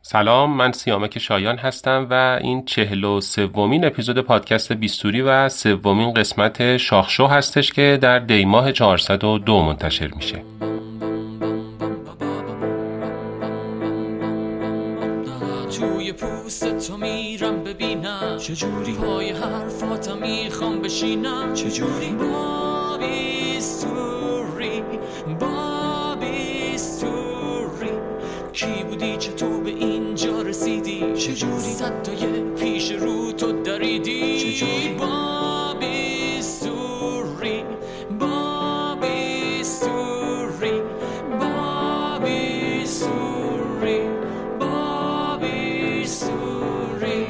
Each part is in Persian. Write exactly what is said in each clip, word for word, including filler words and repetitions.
سلام، من سیامک شایان هستم و این چهل و سومین اپیزود پادکست بیستوری و سومین قسمت شاخشو هستش که در دی ماه چهارصد و دو منتشر میشه. توی پوست تو میرم ببینم چجوری پای حرفاتم میخوام بشینم چجوری با بیستوری با بیستوری کی بودی چطور به اینجا رسیدی چجوری صدای پیش رو تو دریدی چجوری با بیستوری با بیستوری با بیستوری با بیستوری.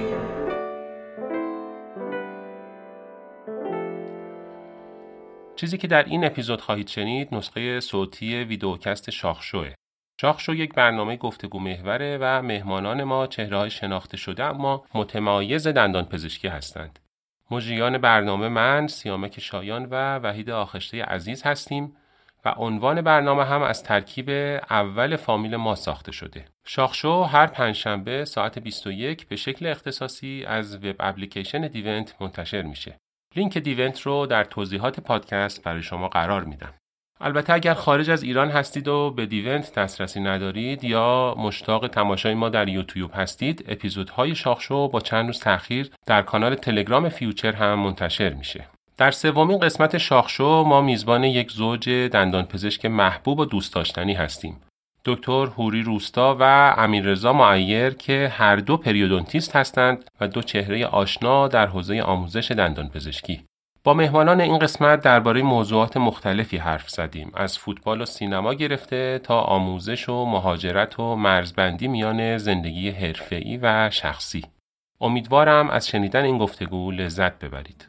چیزی که در این اپیزود خواهید شنید نسخه صوتی ویدئوکست شاخشوه. شاخشو یک برنامه گفتگو محوره و مهمانان ما چهره‌های شناخته شده اما متمایز دندان پزشکی هستند. مجریان برنامه من، سیامک شایان و وحید آخشته عزیز هستیم و عنوان برنامه هم از ترکیب اول فامیل ما ساخته شده. شاخشو هر پنجشنبه ساعت بیست و یک به شکل اختصاصی از وب اپلیکیشن دیونت منتشر میشه. لینک دیونت رو در توضیحات پادکست برای شما قرار میدم. البته اگر خارج از ایران هستید و به دیونت دسترسی ندارید یا مشتاق تماشای ما در یوتیوب هستید، اپیزودهای شاخشو با چند روز تأخیر در کانال تلگرام فیوچر هم منتشر میشه. در سومین قسمت شاخشو ما میزبان یک زوج دندانپزشک محبوب و دوست داشتنی هستیم. دکتر هوری روستا و امیررضا معیر که هر دو پریودونتیست هستند و دو چهره آشنا در حوزه آموزش دندانپزشکی. با مهمانان این قسمت درباره موضوعات مختلفی حرف زدیم، از فوتبال و سینما گرفته تا آموزش و مهاجرت و مرزبندی میان زندگی حرفه‌ای و شخصی. امیدوارم از شنیدن این گفتگو لذت ببرید.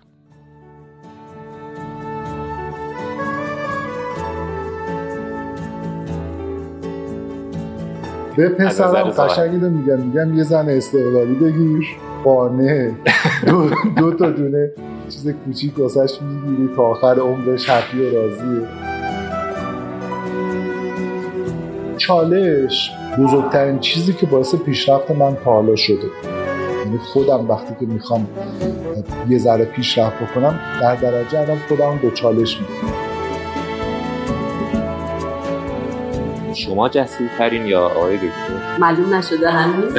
به پسرم قشنگی رو میگم میگم یه زن استقلالی بگیر، قانه دو, دو تا دونه چیز کوچیک واسش میگیری تا آخر عمرش هپی و راضیه. چالش بزرگترین چیزی که باعث پیشرفت من تا حالا شده، یعنی خودم وقتی که میخوام یه ذره پیشرفت بکنم در درجه الان خودم دو چالش میگیرم. شما جسورترین یا آقای دکتر؟ معلوم نشده هنوز.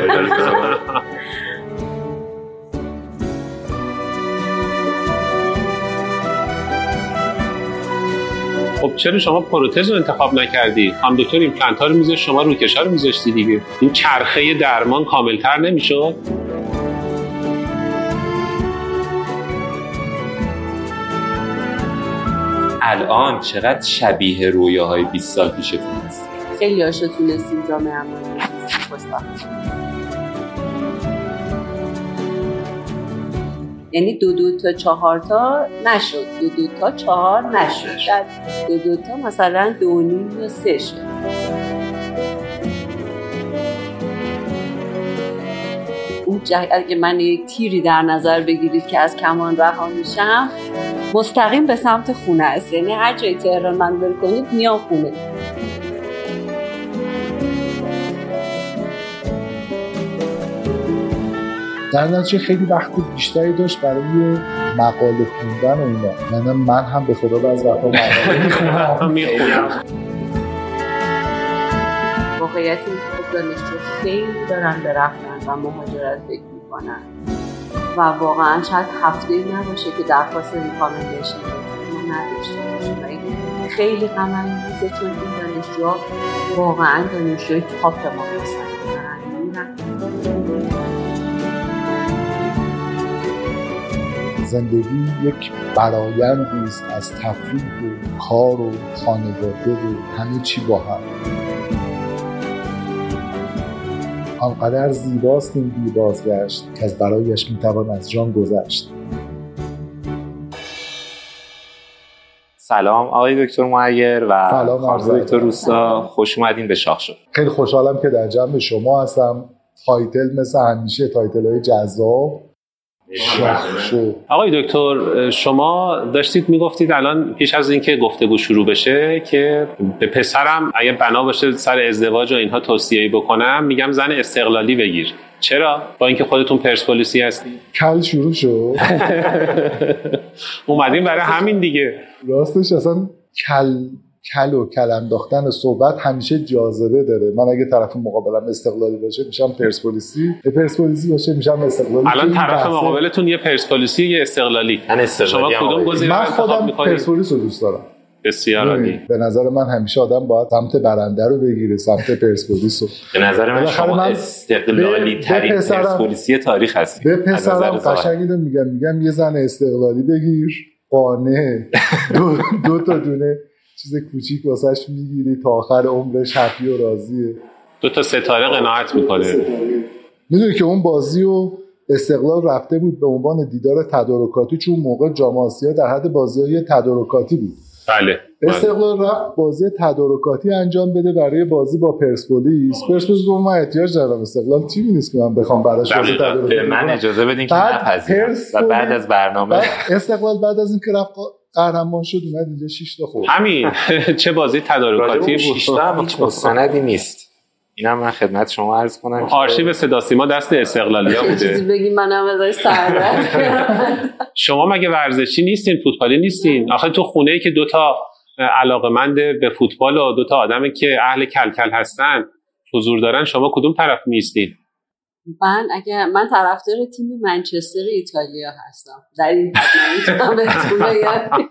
خب چرا شما پروتز رو انتخاب نکردی؟ هم دکتر ایمپلنت ها رو میذاشت، شما روکشا رو میذاشتی دیگه. این چرخه درمان کاملتر نمیشد؟ الان چقدر شبیه رویاهای بیست سال پیشتون هست؟ خیلی هاشو تونستیم جامعه امانی خوشبخت. یعنی دو دو تا چهار تا نشد، دو دو تا چهار نشد، شاید دو دو تا مثلا دو نیم یا سه شد. اون جه... اگه من یک تیری در نظر بگیرید که از کمان رها میشم مستقیم به سمت خونه است، یعنی هر جای تهران من ول کنید میام خونه. در نتیجه خیلی وقت بیشتری داشت برای مقاله خوندن و اینا، یعنی من هم به خدا بعضی وقتا مقاله میخونم میخونم واقعیت این که دانشجو خیلی دارن به رفتن و مهاجرت فکر میکنن و واقعا شاید هفته نباشه که درخواست ریکامندیشن ما نداشته باشیم و این خیلی غم انگیزه، چون این دانشجوها واقعا دانشجوی تاپ ما هستن. زندگی یک فرآیندی است از تفریح و کار و خانواده و همه چی با هم. آنقدر زیباست این بی بازگشت که از برایش میتوان از جان گذشت. سلام آقای دکتر معیر و خانم دکتر روستا، خوش اومدین به شاخشو. خیلی خوشحالم که در جمع شما هستم. تایتل مثل همیشه تایتل های جذاب. شاخشو. آقای دکتر شما داشتید میگفتید الان پیش از اینکه گفتگو شروع بشه که به پسرم اگه بنا باشه سر ازدواج و اینها توصیه‌ای بکنم میگم زن استقلالی بگیر. چرا؟ با اینکه خودتون پرسپولیسی هستید. کل شروع شد. اومدیم برای همین دیگه. راستش اصلا کل کل و کل انداختن صحبت همیشه جاذبه داره. من اگه طرف مقابلم استقلالی باشه میشم پرسپولیسی، پرسپولیسی باشه میشم استقلالی. الان طرف مقابلتون یه پرسپولیسی یه استقلالی. من استقلالی. شما کدوم گزینه من انتخاب خودم می‌کنید؟ پرسپولیس رو دوست دارم. بسیار عالی. به نظر من همیشه آدم باید سمت برنده رو بگیره، سمت پرسپولیس رو. به نظر من شما من استقلالی ترین پرسپولیسی تاریخ هستید. به پسرم قشنگی رو میگم میگم یه زن استقلالی بگیر، قانع دو, دو تا دونه چیز کوچیک واسش میگیری تا آخر عمرش هپی و راضیه. دو تا ستاره قناعت میکنه. میدونی که اون بازی و استقلال رفته بود به عنوان دیدار تدارکاتی، چون موقع جام آسیا در حد بازی‌های تدارکاتی بود. بله. استقلال رفت بازی تدارکاتی انجام بده برای بازی با پرسپولیس. پرسپولیس گفت من احتیاج دارم، استقلال تیمی نیست که من بخوام براش بازی تدارکاتی به من اجازه بدین که نپذیرم. و بعد از برنامه بعد استقلال بعد از اینکه رفت قهرمان شد اومد اینجا شش تا خورد. همین چه بازی تدارکاتی بود. شش تا هیچ مستندی نیست. اینم من خدمت شما عرض کنم آرشیو صدا سیما دست استقلالیا بوده. چیزی بگیم منم ازش سردرد. شما مگه ورزشی نیستین، فوتبالی نیستین؟ آخه تو خونه‌ای که دوتا علاقه‌مند به فوتبال و دوتا آدمی که اهل کلکل هستن حضور دارن، شما کدوم طرف نیستین؟ من اگه من طرفدار تیم منچستر ایتالیا هستم. در این حد نمیتونم بهتون بگم.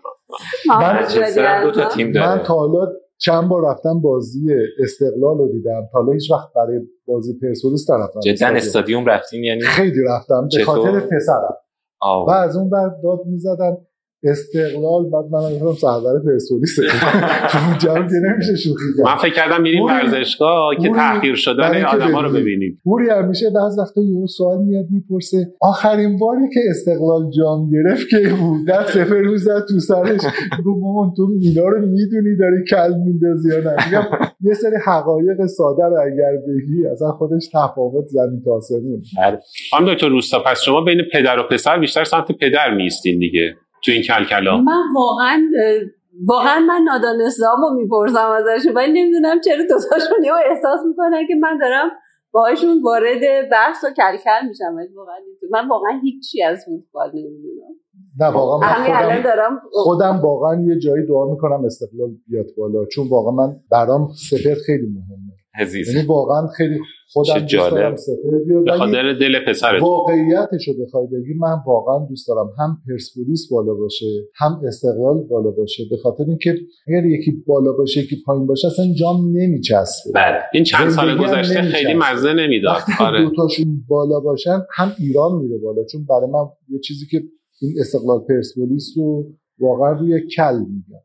منچستر دو تا تیم داره. من تا حالا چند بار رفتم بازی استقلال رو دیدم، تا حالا هیچ وقت برای بازی پرسپولیس نرفتم. جدا استادیوم رفتین یعنی؟ خیلی رفتم به خاطر پسرم. و از اون بعد داد میزدن استقلال، بعد من گفتم سردار پرسپولیس چون جام که نمیشه شوخی کرد. من فکر کردم میریم ورزشگاه که تحقیر شدن آدما رو ببینیم. پوری همیشه بعض وقتا یه سوال میاد میپرسه آخرین باری که استقلال جام گرفت که بود؟ دست سفر میزد تو سرش گفت مامان تو اینا رو میدونی داری کل میندازی یا نه؟ میگم یه سری حقایق ساده رو اگر بگی اصلا خودش تفاوت زمین تا آسمون. خانم دکتر روستا، پس شما بین پدر و پسر بیشتر سمت پدر میستین دیگه تو این کلکلا؟ من واقعا واقعا من نادانسته‌امو میپرسم ازشون ولی نمیدونم چرا دوتاشون یهو احساس میکنن که من دارم باهاشون وارد بحث و کلکل میشم. ولی واقعا من واقعا هیچی از فوتبال نمیدونم. نه واقعا من خودم دارم خودم واقعا یه جایی دعا میکنم استقلال بیاد بالا، چون واقعا من برام سپر خیلی مهمه. عزیز. یعنی واقعا خیلی خودم دوست دارم سپر بیاد. به خاطر دل پسرت. واقعیتش رو بخوای بگی من واقعا دوست دارم هم پرسپولیس بالا باشه هم استقلال بالا باشه، به خاطر اینکه اگر یکی بالا باشه یکی پایین باشه اصلا جام نمیچسبه. بله. این چند سال گذشته خیلی مزه نمیداد. آره. دو تاشون بالا باشن هم ایران میره بالا، چون برای من یه چیزی که این استقلال پرسپولیس رو واقعا روی کل میگم.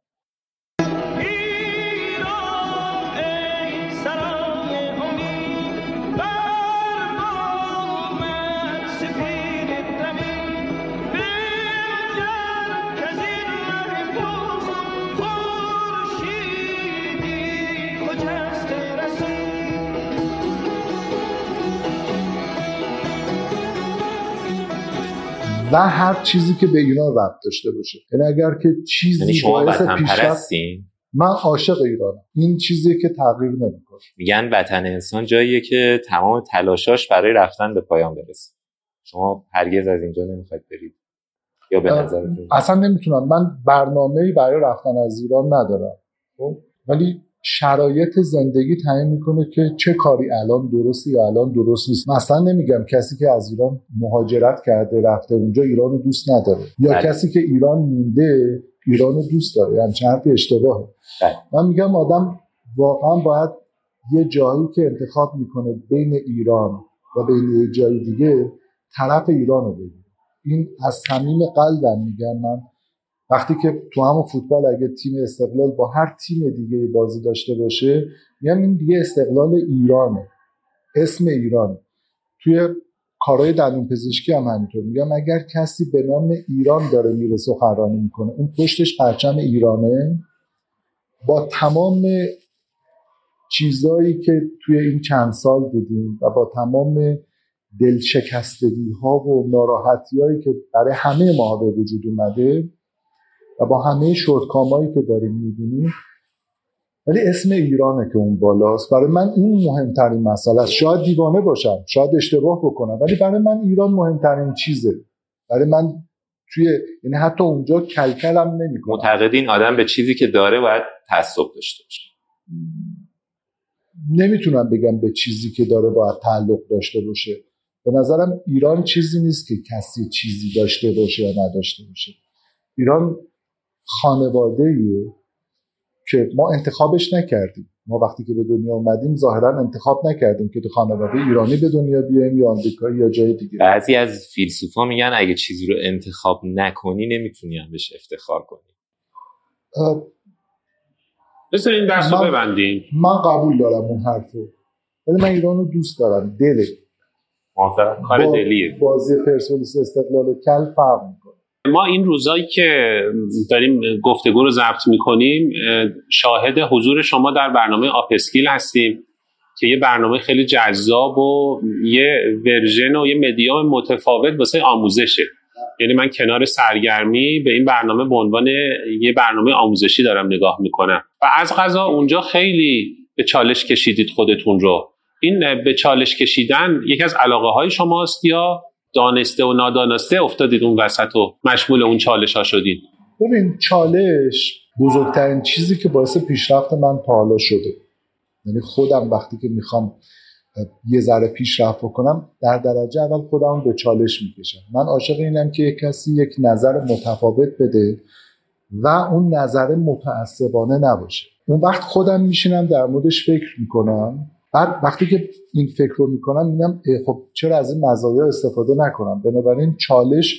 و هر چیزی که به ایران ربط داشته باشه، یعنی اگر که چیزی باعث پیشرفت، من عاشق ایرانم. این چیزیه که تغییر نمیکنه. میگن وطن انسان جاییه که تمام تلاشاش برای رفتن به پایان برسه. شما هرگز از اینجا نمیخواید برید یا به نظرتون؟ اصلا نمیتونم. من برنامه‌ای برای رفتن از ایران ندارم، خب ولی شرایط زندگی تعیین میکنه که چه کاری الان درسته یا الان درست نیست. مثلا نمیگم کسی که از ایران مهاجرت کرده رفته اونجا ایران رو دوست نداره، یا بله. کسی که ایران مونده ایران رو دوست داره، یعنی چه حرفی اشتباهه. بله. من میگم آدم واقعا باید یه جایی که انتخاب میکنه بین ایران و بین یه جای دیگه طرف ایران رو بگیره. این از صمیم قلبم میگم. من وقتی که تو همون فوتبال اگه تیم استقلال با هر تیم دیگه بازی داشته باشه میگم این دیگه استقلال ایرانه، اسم ایرانه. توی کارهای دندون پزشکی هم همینطور میگم اگر کسی به نام ایران داره میره سخنرانی میکنه اون پشتش پرچم ایرانه، با تمام چیزایی که توی این چند سال دیدیم و با تمام دلشکستگی ها و ناراحتی هایی که برای همه ما به وجود اومده و با همه شورتکامایی که داریم میبینیم، ولی اسم ایرانه که اون بالاست. برای من این مهمترین مسئله است. شاید دیوانه باشم، شاید اشتباه بکنم، ولی برای من ایران مهمترین چیزه. برای من توی یعنی حتی اونجا کلکلم نمیکنم. معتقدین آدم به چیزی که داره باید تعصب داشته باشه؟ نمیتونم بگم به چیزی که داره باید تعلق داشته باشه. به نظرم ایران چیزی نیست که کسی چیزی داشته باشه یا نداشته باشه. ایران خانواده‌ایه که ما انتخابش نکردیم. ما وقتی که به دنیا اومدیم ظاهرا انتخاب نکردیم که تو خانواده ایرانی به دنیا بیایم یا آمریکایی یا جای دیگه. بعضی از فیلسوفا میگن اگه چیزی رو انتخاب نکنی نمیتونی هم بهش افتخار کنی. بذار این بحث رو ببندیم. من قبول دارم اون حرفو، ولی من ایران رو دوست دارم. دله موافقم، کار دلیه. بازی پرسپولیس استقلال کل فرق میکنه. ما این روزایی که داریم گفتگو رو ضبط میکنیم شاهد حضور شما در برنامه آپسکیل هستیم که یه برنامه خیلی جذاب و یه ورژن و یه مدیوم متفاوت واسه آموزشه. یعنی من کنار سرگرمی به این برنامه به عنوان یه برنامه آموزشی دارم نگاه میکنم و از قضا اونجا خیلی به چالش کشیدید خودتون رو. این به چالش کشیدن یکی از علاقه های شماست یا دانسته و نادانسته افتادید اون وسط و مشمول اون چالش ها شدید؟ ببین، چالش بزرگترین چیزی که باعث پیشرفت من تا حالا شده. یعنی خودم وقتی که میخوام یه ذره پیشرفت بکنم در درجه اول خودم به چالش میکشم. من عاشق اینم که یک کسی یک نظر متفاوت بده و اون نظر متعصبانه نباشه. اون وقت خودم میشینم در موردش فکر میکنم. بعد وقتی که این فکر رو میکنم میگم خب چرا از این مزایا استفاده نکنم. بنابراین چالش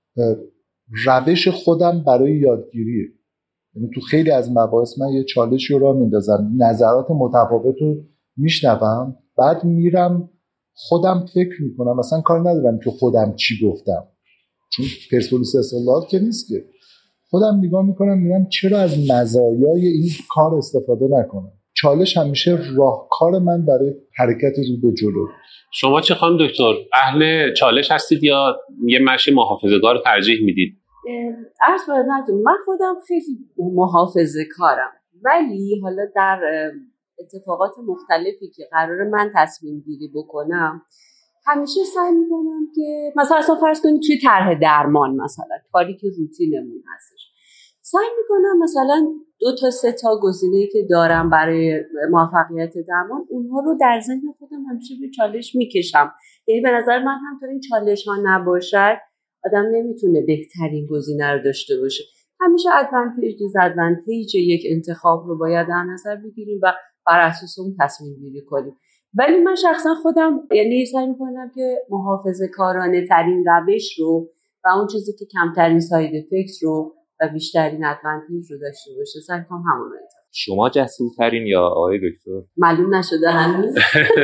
روش خودم برای یادگیریه. یعنی تو خیلی از مباحث من یه چالشی رو میندازم، نظرات متفاوت رو میشنوم، بعد میرم خودم فکر میکنم. مثلا کار ندارم که خودم چی گفتم، چون پرسپولیس استقلال که نیست که. خودم نگاه میکنم میگم چرا از مزایای این کار استفاده نکنم. چالش همیشه راهکار من برای حرکت رو به جلو. شما چه خانم دکتر، اهل چالش هستید یا یه مشی محافظه‌کار رو ترجیح میدید؟ عرض بردم من خودم خیلی محافظه‌کارم، ولی حالا در اتفاقات مختلفی که قرار من تصمیم گیری بکنم همیشه سعی میکنم که مثلا اصلا فرض کنید توی طرح درمان مثلا کاری که روتینمون هستش، سعی میکنم مثلا دو تا سه تا گزینه‌ای که دارم برای موفقیت درمان اونها رو در ذهن خودم همیشه به چالش میکشم. یعنی به نظر من هم تا این چالش ها نباشد آدم نمیتونه بهترین گزینه رو داشته باشه. همیشه ادوانتیج دیزادوانتیج یک انتخاب رو باید در نظر بگیریم و بر اساس اون تصمیم گیری کنیم. ولی من شخصا خودم یعنی سعی میکنم که محافظه‌کارانه ترین روش رو و اون چیزی که کمترین ساید افکت رو و بیشترین ادوانتیج رو داشته باشه سعی کنم همون رو انتخاب. شما جسورترین یا آقای دکتر؟ معلوم نشده هنوز.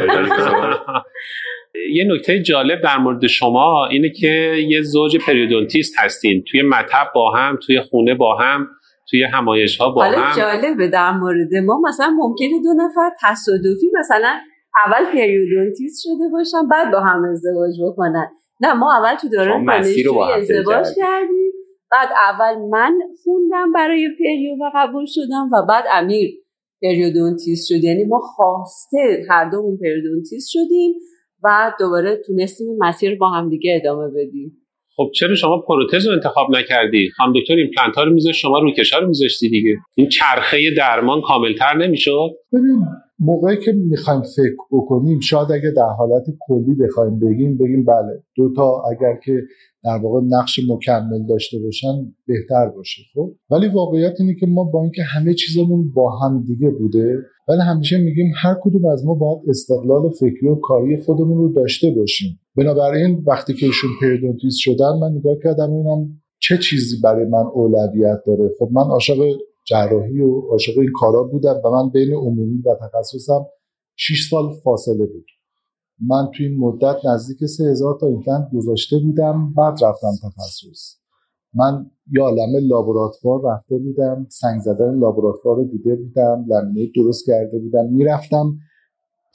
یه نکته جالب در مورد شما اینه که یه زوج پریودونتیست هستین، توی مطب با هم، توی خونه با هم، توی همایش‌ها با حالا هم. حالا جالبه در مورد ما مثلا ممکنه دو نفر تصادفی مثلا اول پریودونتیست شده باشن بعد با هم ازدواج بکنن. نه، ما اول تو دوران دانشجویی ازدواج کردیم، بعد اول من خوندم برای پریو و قبول شدم و بعد امیر پریودونتیست شد. یعنی ما خواسته هر دومون پریودونتیست شدیم و دوباره تونستیم این مسیر با هم دیگه ادامه بدیم. خب چرا شما پروتز رو انتخاب نکردی؟ خانم دکتر ایمپلنت ها رو میذاشت، شما روکشا رو میذاشتی دیگه. این چرخه درمان کاملتر نمیشد؟ ببین موقعی که میخوایم فکر بکنیم شاید اگه در حالت کلی بخوایم بگیم بگیم بله دو تا اگر که در واقع نقش مکمل داشته باشن بهتر باشه. خب ولی واقعیت اینه که ما با اینکه همه چیزمون با هم دیگه بوده ولی همیشه میگیم هر کدوم از ما باید استقلال فکری و کاری خودمون رو داشته باشیم. بنابراین وقتی که ایشون پریودونتیست شدن من نگاه کردم ببینم چه چیزی برای من اولویت داره. خب من عاشق جراحی و عاشق این کارا بودم و من بین عمومی و تخصصم شش سال فاصله بود. من توی این مدت نزدیک سه هزار تا ایمپلنت گذاشته بودم، بعد رفتم تخصص. من یه عالمه لابراتوار رفته بودم، سنگ زدن لابراتوار رو دیده بودم، لامینیت درست کرده بودم، میرفتم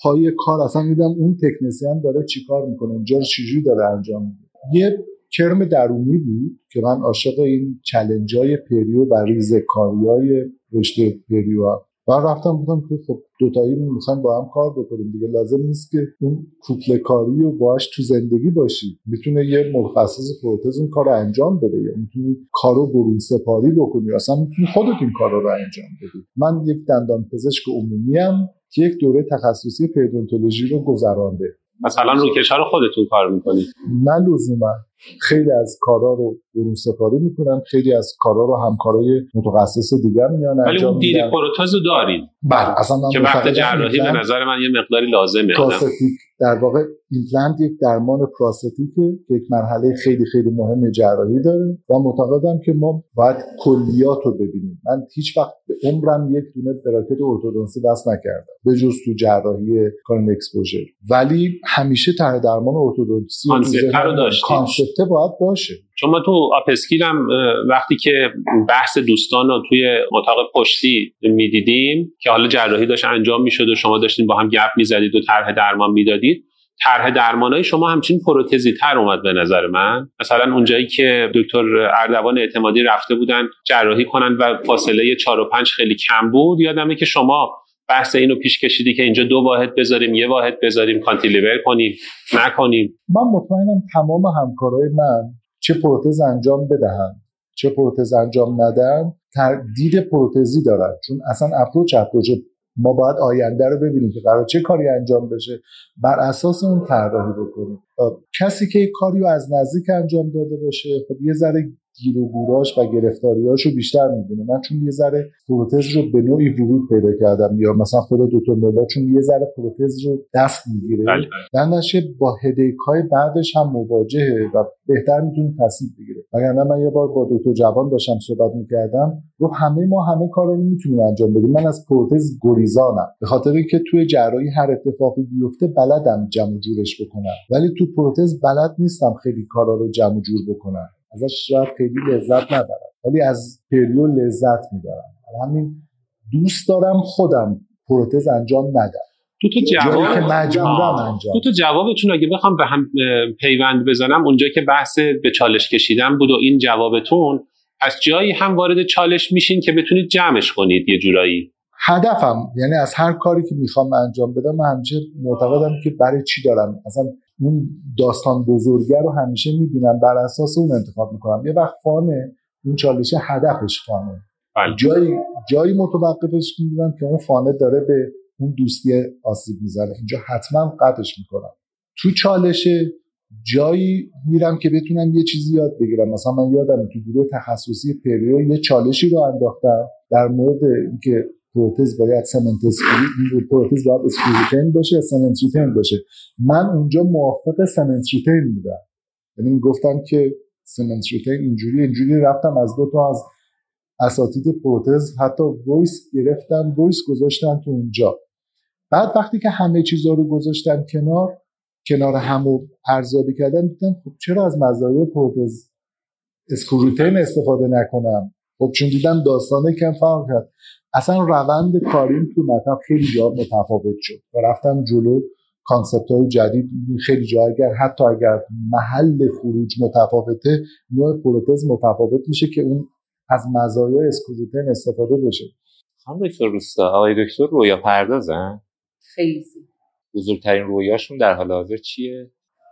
پای کار اصلا میدم اون تکنسین داره چیکار میکنه، اینجا رو چجوری داره انجام میده. یه کرم درونی بود که من عاشق این چالنجای پریو و ریزکاریای رشته پریو هم. من رفتم بودم که خب دوتایی میخوایم با هم کار بکنیم دیگه، لازم نیست که اون کوپله کاری و باهاش تو زندگی باشی، میتونه یه متخصص پروتز اون کارو انجام بده، یا میتونی کارو برون سپاری بکنی، اصلا میتونی خودت این کارو رو انجام بدی. من یک دندان پزشک عمومی ام که یک دوره تخصصی پریدونتولوژی رو گذرانده. مثلا روکش‌ها رو خودتون کار میکنید؟ نه لزوما، خیلی از کارا رو برون سپاری میکنن، خیلی از کارا رو همکارای متخصص دیگر میان انجام میدن. ولی اون دید پروتز رو دارید؟ بله، اصلا که وقت جراحی به نظر من یه مقداری لازمه. پراستاتیک در واقع ایمپلنت یک درمان پراستاتیکه که یک مرحله خیلی خیلی مهم جراحی داره و معتقدم که ما باید کلیات رو ببینیم. من هیچ وقت به عمرم یک دونه براکت ارتودنسی دست نکردم به جز تو جراحی کارن اکسپوژر، ولی همیشه طرح درمان ارتودنسی رو داشتیم. کانسپت باید باشه. چون ما تو آپسکیل هم وقتی که بحث دوستان رو توی اتاق پشتی میدیدیم که حالا جراحی داشت انجام میشد و شما داشتین با هم گپ میزدید و طرح درمان میدادید، طرح درمانای شما همچین پروتزی تر اومد به نظر من. مثلا اونجایی که دکتر اردوان اعتمادی رفته بودن جراحی کنن و فاصله چهار و پنج خیلی کم بود، یادمه که شما بحث اینو پیش کشیدی که اینجا دو واحد بذاریم، یه واحد بذاریم، کانتیلیور کنیم، نکنیم. من مطمئنم تمام همکارای من چه پروتز انجام بدهم چه پروتز انجام ندن دید پروتزی دارن، چون اصلا اپروچ اپروچ ما باید آینده رو ببینیم که قرار چه کاری انجام بشه، بر اساس اون طراحی بکنیم. کسی که کاری رو از نزدیک انجام داده باشه خب یه ذره گیر و گوراش و گرفتاریاشو بیشتر می‌بینه. من چون یه ذره پروتز رو به نوعی ورود پیدا کردم، یا مثلا خود دکتر مولا چون یه ذره پروتز رو دست میگیره، در نتیجه با هدیک‌های بعدش هم مواجهه و بهتر میتونه تصمیم بگیره. وگرنه من یه بار با دکتر جوان داشتم صحبت می‌کردم، گفت همه ما همه کارا رو میتونیم انجام بدیم، من از پروتز گریزانم به خاطر اینکه توی جراحی هر اتفاقی بیفته بلدم جمع جورش بکنم، ولی تو پروتز بلد نیستم خیلی کارا رو جمع جور بکنم، ازش شاید خیلی لذت ندارم ولی از پریو لذت میبرم. همین دوست دارم خودم پروتز انجام ندم. دو تا جواب که مجبورم انجام. دو تا جوابتون اگه بخوام به هم پیوند بزنم، اونجایی که بحث به چالش کشیدن بود و این جوابتون، از جایی هم وارد چالش میشین که بتونید جمعش کنید یه جورایی. هدفم یعنی از هر کاری که میخوام انجام بدم من همیشه معتقدم که برای چی دارم، اصلا اون داستان بزرگه رو همیشه میبینم، بر اساس اون انتخاب میکنم. یه وقت فانه اون چالشه هدفش فانه، جایی جایی متوقفش میگیرم که اون فانه داره به اون دوستی آسیب میزنه، اینجا حتما قطعش میکنم. تو چالشه جایی میرم که بتونم یه چیزی یاد بگیرم. مثلا من یادم تو گروه تخصصی پریو یه چالشی رو انداختم در مورد اینکه پروتز باید سمنت اسکریو پروتز باید اسکریوتین باشه یا سمنت ریتین باشه. من اونجا موافق سمنت ریتین بودم، یعنی میگفتم که سمنت ریتین اینجوری اینجوری. رفتم از دو تا از اساتید پروتز حتی وایس گرفتم، وایس گذاشتن تو اونجا. بعد وقتی که همه چیزا رو گذاشتن کنار کنار همو ارزیابی کردم، دیدم خب چرا از مزایای پروتز اسکریوتین استفاده نکنم؟ خب چون دیدم داستانه کم فرق کرد. اصلا روند کاریم تو مطلب خیلی جا متفاوت شد و رفتم جلو. کانسپت‌های جدید خیلی جا اگر حتی اگر محل خروج متفاوته، نوع پروتز متفاوت میشه که اون از مزایای اسکریوتین استفاده بشه. خانم دکتر روستا، آقای دکتر رویا پردازن؟ خیلی بزرگترین رویاشون در حال حاضر چیه؟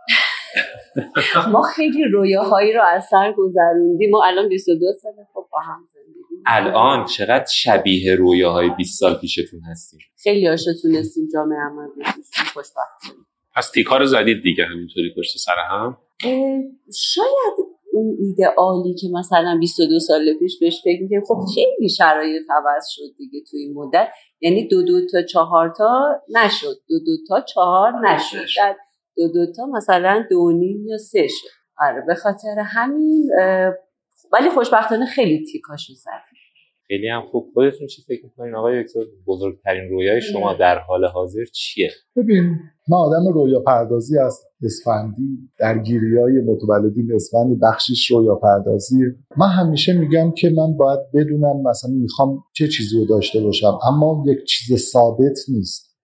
ما خیلی رویاهایی رو از سر گذروندیم. ما الان بیست و دو ساله خب با هم زندگی. الان چقدر شبیه رویاهای بیست سال پیشتون هستیم؟ خیلی هاشو تونستیم جامعه عمل بشیم، خوشبختانه. پس تیکا رو زدید دیگه همینطوری پشت سر هم؟ شاید اون ایدئالی که مثلا بیست و دو سال پیش بهش فکر می‌کردیم خب خیلی شرایط عوض شد دیگه تو این مدت، یعنی دو دو تا چهار تا نشد، دو دو تا چهار نشد، شاید دو دو تا مثلا دو نیم یا سه شد. آره به خاطر همین، ولی خوشبختانه خیلی تیکاشو زدیم. خیلی هم خوب. خودتون چی فکر می‌کنین آقای دکتر؟ بزرگترین رویای شما در حال حاضر چیه؟ ببین من آدم رویا پردازی هستم، اسفندی، درگیری‌های متولدین اسفندی بخشش رویا پردازی. من همیشه میگم که من باید بدونم مثلا میخوام چه چیزی رو داشته باشم، اما یک چیز ثابت نیست.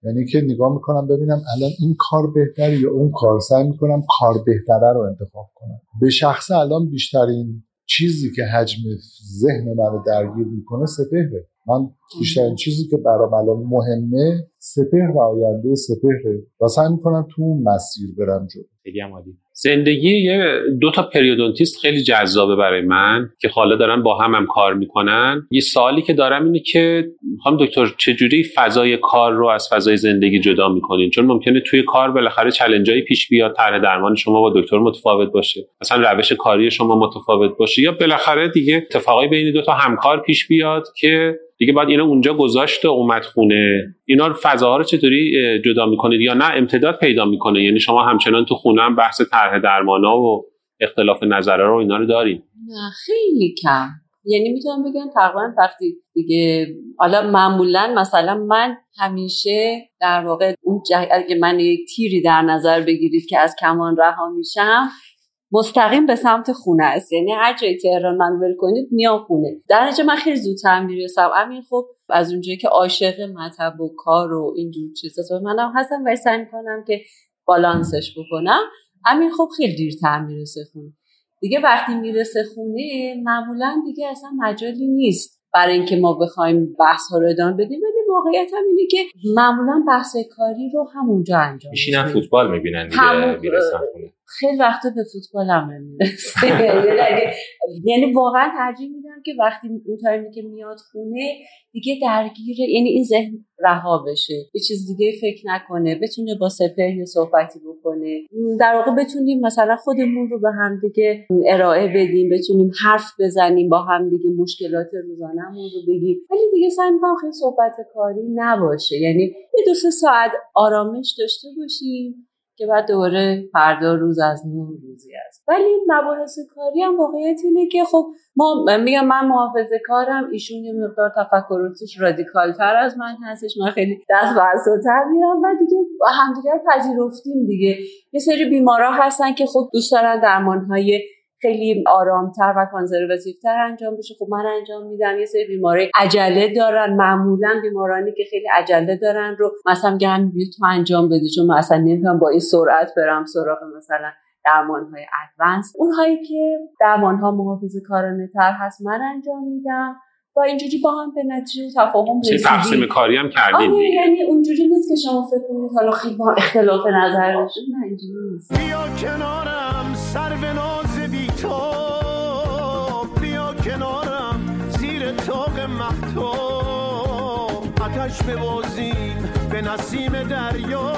یعنی که نگاه میکنم ببینم الان این کار بهتره یا اون کار، سعی میکنم کار بهتره رو انتخاب کنم. به شخص الان بیشترین چیزی که حجم ذهن منو درگیر میکنه سپهره. من بیشترین چیزی که برام الان مهمه سپهر و آینده سپهره و سعی میکنم تو اون مسیر برم جلو. خیلی عالی. زندگی یه دو تا پریودونتیست خیلی جذابه برای من که حالا دارن با هم هم کار میکنن. یه سوالی که دارم اینه که خانم دکتر چجوری فضای کار رو از فضای زندگی جدا میکنین؟ چون ممکنه توی کار بالاخره چالنجایی پیش بیاد، طرح درمان شما با دکتر متفاوت باشه، مثلا روش کاری شما متفاوت باشه، یا بالاخره دیگه اتفاقای بین دو تا همکار پیش بیاد که دیگه بعد اینو اونجا گذاشت و اومد خونه. اینا فضاها رو چطوری جدا میکنید یا نه امتداد پیدا میکنه؟ یعنی شما همچنان تو خونه هم بحث طرح درمانا و اختلاف نظرها رو اینا رو دارین؟ نه خیلی کم. یعنی میتونم بگم تقریبا وقتی دیگه حالا معمولا مثلا من همیشه در واقع اون جه... اگه من یک تیری در نظر بگیرید که از کمان رها میشم مستقیم به سمت خونه است. یعنی هر جای تهران من ول کنید میام خونه. در نتیجه من خیلی زودتر میرسم. همین خب از اونجایی که عاشق مطب و کار و اینجور چیزا منم هستم و سعی میکنم که بالانسش بکنم. همین خب خیلی دیرتر میرسه خونه. دیگه وقتی میرسه خونه معمولا دیگه اصلا مجالی نیست برای اینکه ما بخوایم بحث ها رو ادامه بدیم، ولی واقعیت هم اینه که معمولا بحث کاری رو همونجا انجام میدیم. میشینن فوتبال میبینن دیگه میرسن خونه. خیلی وقتا به فوتبال هم نمیرسه. یعنی واقعا ترجیح میدم که وقتی اون تایمی که میاد خونه دیگه درگیر، یعنی این ذهن رها بشه، به چیز دیگه فکر نکنه، بتونه با سپهر یه صحبتی بکنه، در واقع بتونیم مثلا خودمون رو به هم دیگه ارائه بدیم، بتونیم حرف بزنیم با هم دیگه، مشکلات روزانه‌مون رو بگیم. ولی دیگه سعی می‌کنم خیلی صحبت کاری نباشه، یعنی یه دو سه ساعت آرامش داشته باشیم که بعد دوباره فردا روز از نو روزی است. ولی مباحث کاری هم واقعیت اینه که خب ما میگم من محافظه کارم، ایشون یه مقدار تفکراتش رادیکال‌تر از من هستش، من خیلی دست ورزتر میرم و دیگه همدیگه پذیرفتیم دیگه. یه سری بیمارا هستن که خب دوست دارن درمان‌های خیلی آرامتر و کانزرواتیوتر انجام بشه، خب من انجام میدم. یه سری بیماری عجله دارن، معمولا بیمارانی که خیلی عجله دارن رو مثلا میگن بیا تو انجام بده، چون من اصلا نمیتونم با این سرعت برم سراغ مثلا درمان‌های ادوانس. اونهایی که درمان‌ها محافظه‌کارانه تر هست من انجام میدم و اینجوری با هم به نتیجه و تفاهم رسیدیم. تقسیم کاری هم کردیم دیگه. یعنی اونجوری نیست که شما فکر کنید حالا خیلی با اختلاف نظر داشته، نه اینجوری نیست. بیا کنارم سر به ناز بی تو، بیا کنارم زیر طاق مهتاب، آتش ببازیم به نسیم دریا،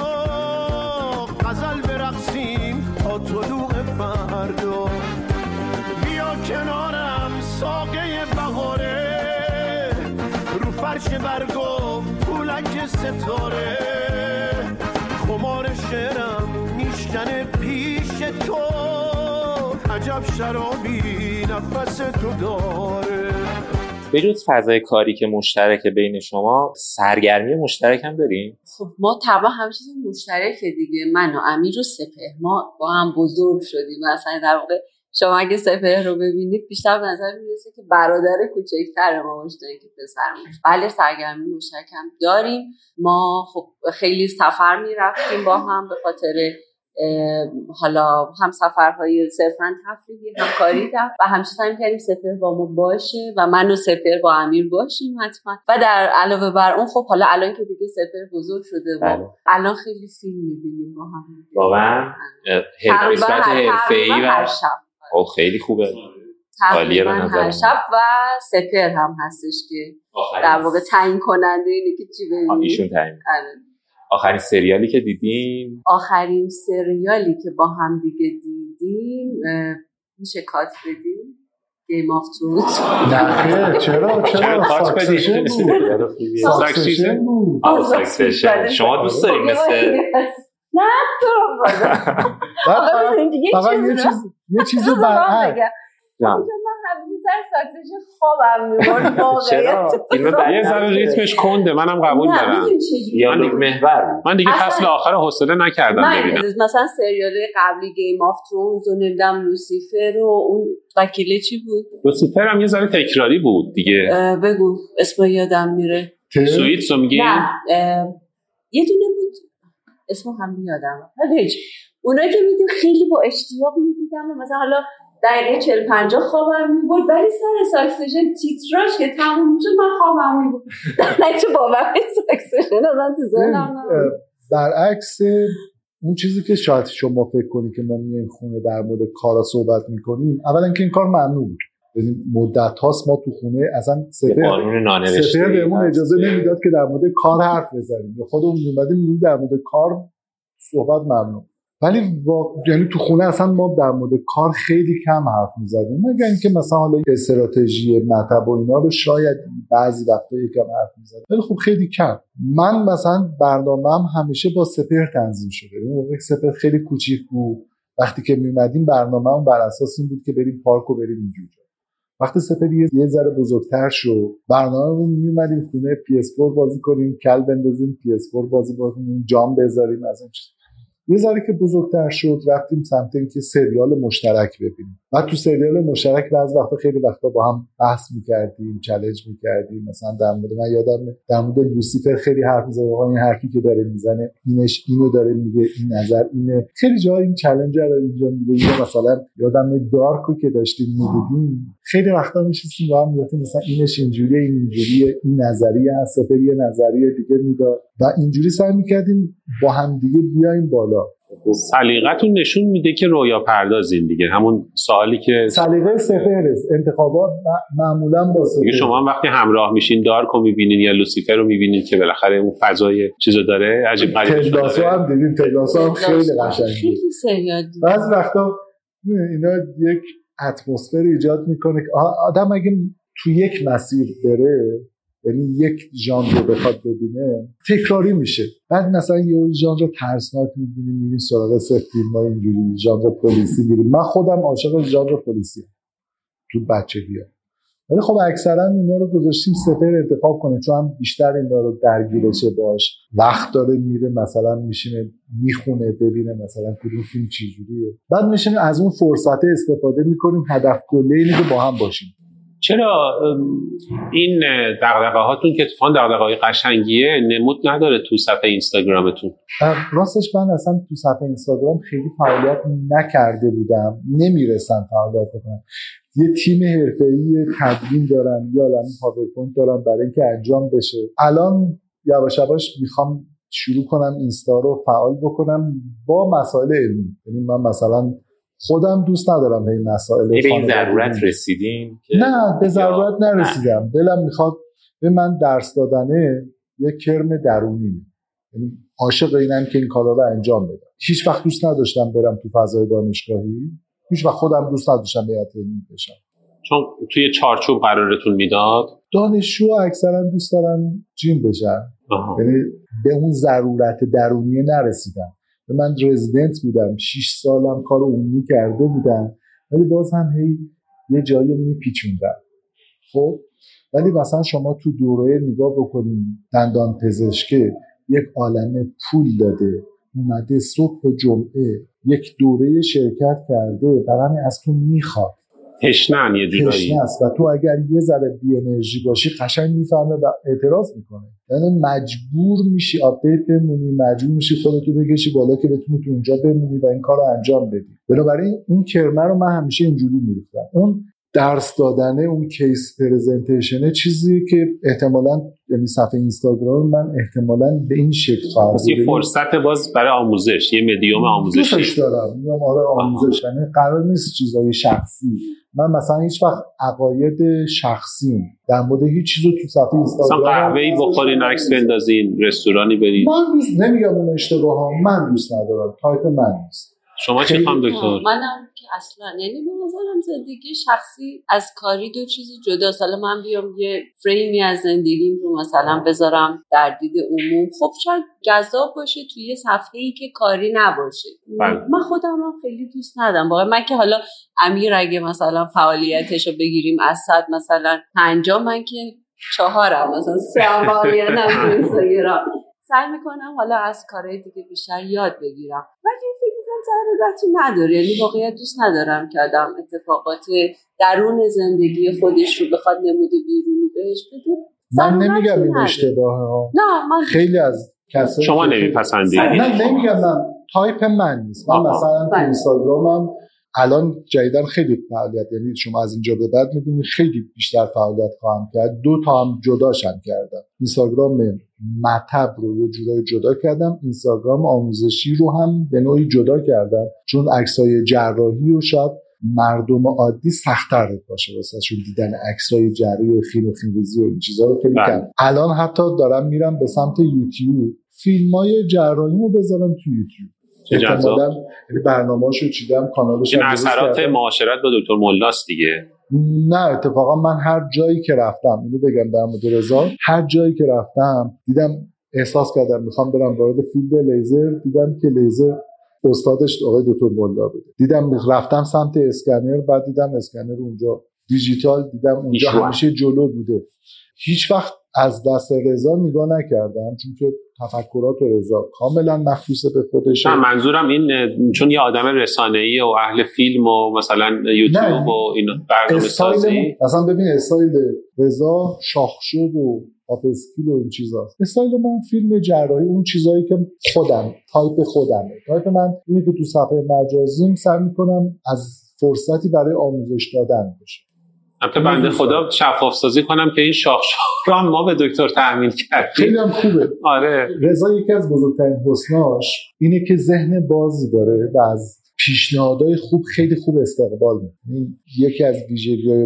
غزل برقصیم تا طلوع فردا. بیا کنارم ساقه بهاره، رو فرش برگو پولک ستاره، خمار شعرم میشکنه پیش تو، عجب شرابی نفس تو داره. به جز فضای کاری که مشترکه بین شما، سرگرمی مشترک هم داریم؟ خب ما طبعا همه چیز مشترکه دیگه. من و امیر و سپهر ما با هم بزرگ شدیم. مثلا در واقع شما اگه سپهر رو ببینید بیشتر به نظر میرسه که برادر کوچکتر ما باشه که پسرمون. بله سرگرمی مشترک هم داریم. ما خب خیلی سفر میرفتیم با هم به خاطر حالا هم سفرهای صرفاً تفریحی، همکاری داشت و همیشه سعی می‌کردیم سپهر با ما باشه و من و سپهر با امیر باشیم حتما. و در علاوه بر اون خب حالا الان که دیگه سپهر بزرگ شده و الان خیلی فیلم می‌بینیم با هم. واقعا حرفه‌ای حرفه‌ای و او خیلی خوبه. عالیه به نظر هر شب و سپهر هم هستش که در واقع تعیین کننده اینه که چی ببینیم. ایشون تعیین. آخرین سریالی که دیدیم، آخرین سریالی که با هم دیگه دیدیم میشه کات بدیم؟ گیم آف ترونز. نه چرا چرا کات بدیم؟ ساکسیشن بود. آه ساکسیشن شما دوست داریم مثل نه تو فقط یه چیز یه چیزی برعکس. من همیشه سر ساکسیشن خوابم میبرد واقعیت. فیلم یه ذره ریتمش کنده، منم قبول دارم. یا دیگه محور من دیگه فصل آخر حوصله نکردم ببینم. مثلا سریال قبلی گیم آف ترونز و نمیدونم لوسیفر و اون وکیل چی بود؟ لوسیفر هم یه ذره تکراری بود دیگه. بگو اسم یادم میره. سویتسو میگی؟ نه یه دونه بود اسمو هم میادم هیچ اونایی که میدیم خیلی با اشتیاق میدیدم و مثلا حالا دقیقه چهل پنجاه خوابم میبرد ولی سر ساکسیژن تیتراژ که تموم میشد من خوابم میبرد در نتیجه باور ساکسیژن اصلا تو ذهنم نبود. برعکس اون چیزی که شاید شما فکر کنید که ما میایم خونه در مورد کارا صحبت میکنیم، اولا که این کار ممنوع بود، یعنی مدت هاست ما تو خونه اصلا سپهر قانون نانوشته سپهر بهمون اجازه نمیداد که در مورد کار حرف بزنیم یا خودمون میومدیم میگیم در مورد کار صحبت ممنوع. ولی با... یعنی تو خونه اصلا ما در مورد کار خیلی کم حرف میزدیم، مگر اینکه مثلا حالا استراتژی مطلب و اینا رو شاید بعضی وقتا یکم حرف میزدیم، ولی خب خیلی کم. من مثلا برنامه‌ام همیشه با سپهر تنظیم شده. اون موقع سپهر خیلی کوچیک بود، وقتی که میومدیم برنامه‌مون بر اساس این بود که بریم پارک و بریم اینجوری. وقتی سپهر یه ذره بزرگتر شد، برنامه‌مون میومدیم خونه پی اس فور بازی کنیم، کل بندازیم، پی اس فور بازی کنیم، جام بذاریم. از این چیز یه ذره که بزرگتر شد رفتیم سمت اینکه سریال مشترک ببینیم. بعد تو سریال مشترک بعضی وقتا خیلی وقتا با هم بحث می‌کردیم، چالش می‌کردیم. مثلا در مورد من یادم در مورد لوسیفر خیلی حرف می‌زد، آقا این حرفی که داره میزنه اینش اینو داره میگه، این نظر اینه. خیلی جای این چالش رو اینجا میگه. مثلا یادم دارکو که داشتیم می‌دیدیم خیلی وقتا می‌شستیم با هم میگفتیم مثلا اینش اینجوریه، این اینجوریه، این نظریه از سپهر نظریه دیگه میداد و اینجوری سعی می‌کردیم با هم دیگه بیایم بالا. سلیقتون نشون میده که رویا پردازین دیگه، همون سوالی که سلیقه سپهر انتخابات معمولا با سپهر. شما وقتی همراه میشین دارک رو میبینین یا لوسیفر رو میبینین که بالاخره اون فضای چیزو داره عجیب غریب شده. تلداسو هم دیدین، تلداسو هم خیلی قشنگه. خیلی سریال دیدم. بعضی وقتا اینا یک اتمسفر ایجاد میکنه که آدم اگه تو یک مسیر بره، یعنی یک ژانر رو بخواد ببینه تکراری میشه. بعد مثلا یه ژانر ترسناک میبینیم میریم سراغ سه فیلم‌های اینجوری، ژانر پلیسی میریم. من خودم عاشق ژانر پلیسی ام تو بچگی‌ها، ولی خب اکثرا اینا رو گذاشتیم سپهر انتخاب کنه چون هم بیشتر اینا رو درگیرشه باش، وقت داره میره مثلا میشینه میخونه ببینه مثلا کدوم فیلم چه جوریه، بعد میشینه از اون فرصت استفاده میکنیم. هدف کلی اینه که با هم باشیم. چرا این دغدغه هاتون که اتفاقا دغدغه‌های قشنگیه نمود نداره تو صفحه اینستاگرامتون؟ راستش من اصلا تو صفحه اینستاگرام خیلی فعالیت نکرده بودم، نمیرسم فعالیت بکنم. یه تیم حرفه‌ای تدوین دارم یا الان پاورپوینت دارم برای اینکه انجام بشه. الان یواش یواش میخوام شروع کنم اینستا رو فعال بکنم با مسائل علمی. یعنی من مثلا خودم دوست ندارم به این مسائل به این ضرورت رسیدین؟ نه به ضرورت نرسیدم. دلم میخواد به من درس دادنه یک کرم درونی، یعنی عاشق اینم که این کارا رو انجام بدم. هیچ وقت دوست نداشتم برم تو فضای دانشگاهی، هیچ وقت خودم دوست نداشتم به علمی بشم چون توی چارچوب قرارتون میداد. دانشجو اکثرا دوست دارن جیم بشن، یعنی به اون ضرورت درونی نرسیدم. من رزیدنت بودم، شش سالم کار عمومی کرده بودم، ولی باز هم هی یه جایی میپیچوندم. خب ولی مثلا شما تو دوره نگاه بکنید، دندان پزشکی یک عالمه پول داده اومده صبح جمعه یک دوره شرکت کرده، برای همین از تو میخواد، تشنه‌ن یه جورایی تشنه است و تو اگر یه ذره بی انرژی باشی قشنگ میفهمه و اعتراض میکنه. یعنی مجبور میشی آپدیت بمونی، مجبور میشی خودتو بکشی بالا که بتونی تو اونجا بمونی و این کارو انجام بدی. بنابراین اون کرمه رو من همیشه اینجوری میریختم. اون درس دادنه، اون کیس پرزنتیشن، چیزی که احتمالاً یعنی صفحه اینستاگرام من احتمالاً به این شکل خواهد بود. یه فرصت باز برای آموزش، یه مدیوم آموزشی. دوستش دارم. میگم آره آموزش، یعنی قرار نیست چیزای شخصی. من مثلا هیچ وقت عقاید شخصی در مورد هیچ چیزو تو صفحه اینستاگرام مثلا قهوه‌ای بخورین، عکس بندازین، رستورانی برین. من دوست نمیگم اون اشتباهه، من دوست ندارم، تایپ من نیست. شما چی خواهم دکتر؟ منم که اصلا یعنی به نظرم زندگی شخصی از کاری دو چیز جداست. حالا من بیام یه فریمی از زندگیم رو مثلا بذارم در دید عموم، خب شاید جذاب باشه توی یه صفحه‌ای که کاری نباشه. بله. من خودم هم خیلی دوست ندارم. واقعا من که حالا امیر اگه مثلا فعالیتش رو بگیریم از صد مثلا پنجاه، من که چهارم مثلا سه فعالیتم تو اینستاگرام. سعی میکنم حالا از کارهای دیگه بیشتر یاد بگیرم، ولی فکر میکنم ضرورتی نداره. یعنی واقعا دوست ندارم که آدم اتفاقات درون زندگی خودش رو بخواد نمود بیرونی بهش بده. من نمیگم این اشتباهه ها، نه من خیلی از کسایی شما که- نمیپسندید؟ نه نمیگم، من تایپ من نیست. من آها. مثلا تو بله. اینستاگرامم الان جدیدن خیلی فعالیت، یعنی شما از اینجا به بعد میبینید خیلی بیشتر فعالیت خواهم کرد. دو تا هم جداشم کردم. اینستاگرام مطب رو یه جورایی جدا کردم، اینستاگرام آموزشی رو هم به نوعی جدا کردم، چون عکسای جراحی و شاید مردم عادی سخت‌تر باشه واسهشون دیدن عکسای جراحی و خیم و خیم‌ریزی و این چیزا رو خیلی کم. الان حتی دارم میرم به سمت یوتیوب، فیلمای جراحی رو بذارم تو یوتیوب. احتمالاً برنامه‌اشو چیدم، کانالش این اثرات معاشرت با دکتر ملاست دیگه. نه اتفاقا من هر جایی که رفتم، اینو بگم در مورد رضا، هر جایی که رفتم دیدم احساس کردم میخوام برم وارد فیلد لیزر، دیدم که لیزر استادش آقای دکتر ملا بوده. دیدم رفتم سمت اسکنر، بعد دیدم اسکنر اونجا دیجیتال، دیدم اونجا همیشه جلو بوده. هیچ وقت از دست رضا نگاه نکردم، چون که تفکرات رضا کاملا مخصوص به خودشه. نه منظورم این چون یه آدم رسانه‌ای و اهل فیلم و مثلا یوتیوب و این برنامه‌سازی، مثلا ببین استایل رضا شاخشد و آپسکیل و این چیزاست. استایل من فیلم جراحی، اون چیزایی که خودم تایپ خودمه. تایپ من اینه که تو صفحه مجازیم سعی می‌کنم از فرصتی برای آموزش دادن باشه. البته بنده خدا شفاف سازی کنم که این شاخ شاخ رو ما به دکتر تحمیل کردیم. خیلی هم خوبه. آره. رضا یکی از بزرگترین حسناش اینه که ذهن بازی داره و از پیشنهادهای خوب خیلی خوب استقبال می‌کنه. یکی از ویژگی‌های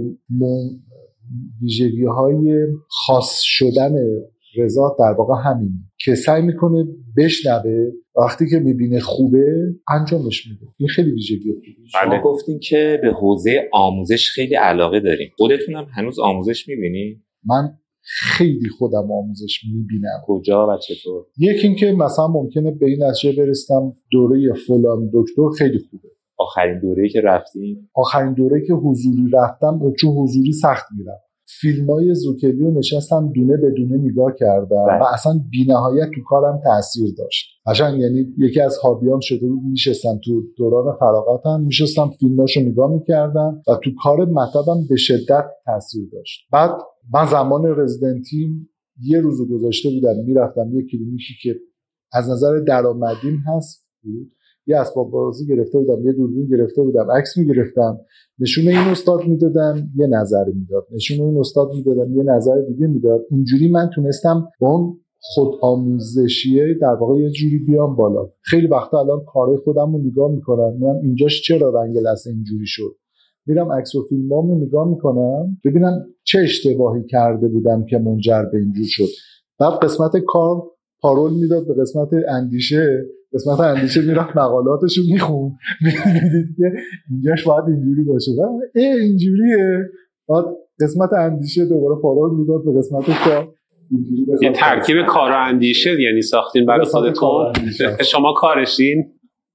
ویژگی‌های خاص شدن رضا در واقع همینه که سعی میکنه بشنوه، وقتی که میبینه خوبه انجامش میده. این خیلی ویژگی خوبه. شما گفتین که به حوزه آموزش خیلی علاقه دارین. خودتون هم هنوز آموزش میبینی؟ من خیلی خودم آموزش میبینم. کجا و چطور؟ یکی این که مثلا ممکنه به این نتیجه برسم دوره فلان دکتر خیلی خوبه. آخرین دوره‌ای که رفتین؟ آخرین دوره‌ای که حضوری رفتم، چون حضوری سخت میرم، فیلمای زوکلی رو نشستم دونه به دونه نگاه کردم و اصلا بی‌نهایت تو کارم تاثیر داشت. قشنگ یعنی یکی از هابیام شده بود میشستم تو دوران فراغتم میشستم فیلماشو نگاه میکردم و تو کار مطلبم به شدت تاثیر داشت. بعد من زمان رزیدنتیم یه روزو گذاشته بودم میرفتم یه کلینیکی که از نظر درآمدیم هست بود، یه اسباب بازی گرفته بودم، یه دوربین گرفته بودم، عکس میگرفتم، نشون این استاد میدادم، یه نظری میداد، نشون این استاد میدادم، یه نظر دیگه میداد. اینجوری من تونستم با اون خود آموزشیه در واقع یه جوری بیام بالا. خیلی وقتا الان کارهای خودم رو نگاه میکنم، میگم اینجاش چرا رنگ لثه اینجوری شد، میرم عکس و فیلمامو نگاه میکنم ببینم چه اشتباهی کرده بودم که منجر به اینجور شد. بعد قسمت کار پارول میداد به قسمت اندیشه، قسمت اندیشه میرفت مقالاتشو میخون، میدید که اینجاش باید اینجوری باشه، ای اینجوریه. بعد قسمت اندیشه دوباره پارول میداد به قسمت کار. یه ترکیب کار و اندیشه یعنی ساختین برای خودتون. شما کارشین؟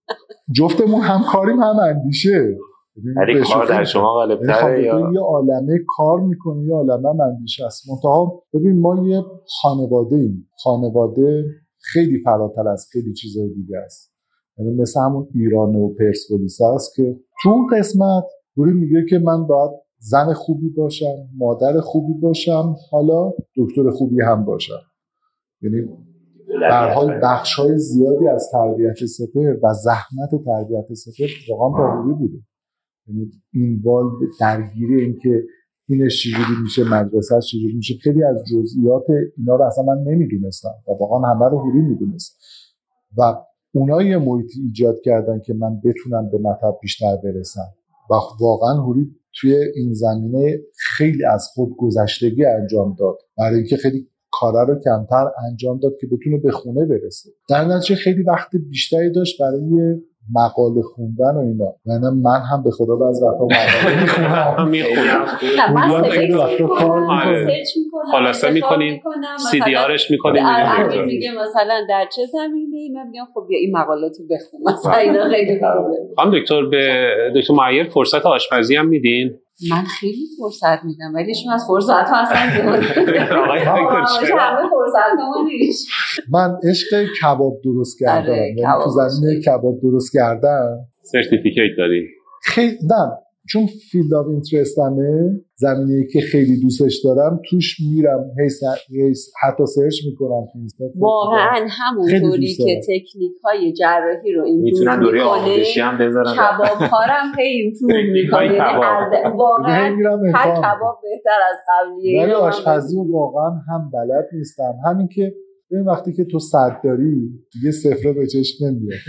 جفتمون هم کاریم هم اندیشه. ولی کار در شما غالب‌تره یا یه عالمه کار میکنه یه عالمه هم اندیشه است. منتها ببین ما یه خانواده ایم، خانواده خیلی فراتر از خیلی چیزای دیگه است. یعنی مثل همون ایران و پرسپولیس است که تو اون قسمت روی میگه که من باید زن خوبی باشم، مادر خوبی باشم، حالا دکتر خوبی هم باشم. یعنی در حال بخش‌های زیادی از تربیت سپهر و زحمت تربیت سپهر واقعا باوری بوده. یعنی این وال درگیری این که اینش چجوری میشه، مدرسه چجوری میشه، خیلی از جزئیات اینا رو اصلا من نمیدونستم و واقعا همه رو حوری میدونست و اونا یه محیطی ایجاد کردن که من بتونم به مطلب بیشتر برسم و واقعا حوری توی این زمینه خیلی از خود گذشتگی انجام داد برای اینکه خیلی کارا رو کمتر انجام داد که بتونه به خونه برسه. در نتیجه خیلی وقت بیشتری داشت برای مقاله خوندن و اینا. یعنی من هم به خدا بعضی وقتا مقاله میخونم میخونم خلاصه میکنیم سی دی آرش میکنیم میگه مثلا در چه زمینه‌ای، من میگم خب بیا این مقالاتو بخون مثلا اینا خیلی خوبه. هم دکتر به دکتر معیر فرصت آشپزی هم میدین؟ من خیلی فرصت میدم ولی شما از فرصت ها اصلا زیاد آقای دکتر چرا همه فرصت ها نیست. من عشق کباب درست کردم، یعنی تو زمینه کباب درست کردن سرتیفیکیت داری؟ خیلی نه چون فیلد آف اینترستمه، زمینه‌ای که خیلی دوستش دارم، توش میرم هیس هیس حتی سرچ میکنم. واقعا همونطوری که تکنیک های جراحی رو این میتونن دوره آموزشی هم بذارن، کباب ها رو هم هی ایمپروو میکنه. واقعا هر کباب بهتر از قبلیه. ولی آشپزی رو واقعا هم بلد نیستم. همین که ببین وقتی که تو صد داری دیگه صفر به چشم نمیاد.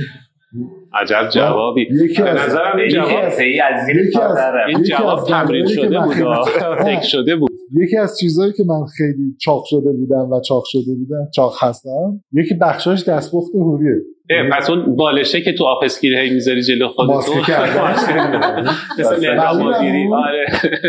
عجب جوابی. به نظرم این جواب خیلی از زیر کار داره. این جواب تمرین شده بود، فکر شده بود. یکی از چیزایی که من خیلی چاق شده بودم و چاق شده بودم، چاق هستم، یکی بخشاش دستپخت هوریه. پس اون بالشه که تو آب اسکیر هی میذاری جلو خودت ماسک کردن مثل مدیری. آره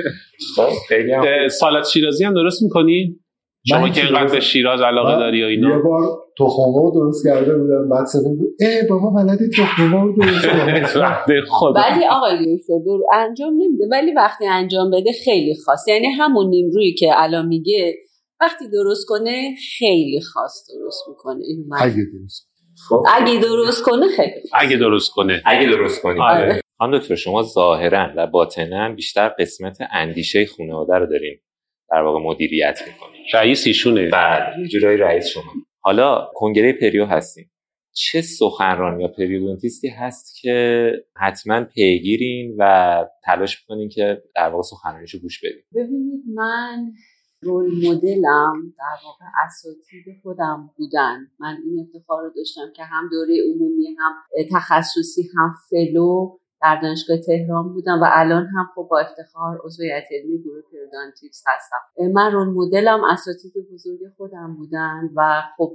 خیلی سالاد شیرازی هم درست می‌کنی؟ شما که اینقدر به شیراز علاقه داری و اینا. یه بار تخم مرغ درست کرده بودم، بعد صدا بود ای بابا بلدی تخم مرغ درست کنی. ولی آقای دکتر دور انجام نمیده، ولی وقتی انجام بده خیلی خاص. یعنی همون نیمرویی که الان میگه وقتی درست کنه خیلی خاص درست میکنه. اگه درست خب اگه درست کنه خیلی خاص. اگه درست کنه اگه درست کنی. آره. خانم دکتر شما ظاهرا و باطنا بیشتر قسمت اندیشه خانواده رو دارین در واقع مدیریت میکنین. رئیس ایشونه. بله جورای رئیس شما. حالا کنگره پریو هستیم، چه سخنران یا پریودونتیستی هست که حتما پیگیرین و تلاش میکنین که در واقع سخنرانیشو گوش بدین؟ ببینید من رول مدلم در واقع اساتید خودم بودن. من این افتخار رو داشتم که هم دوره عمومی هم تخصصی هم فلو در دانشگاه تهران بودم و الان هم خب با افتخار عضو هیئت علمی گروه پریودونتیکس هستم. من رول مدلم اساتید بزرگ خودم بودن و خب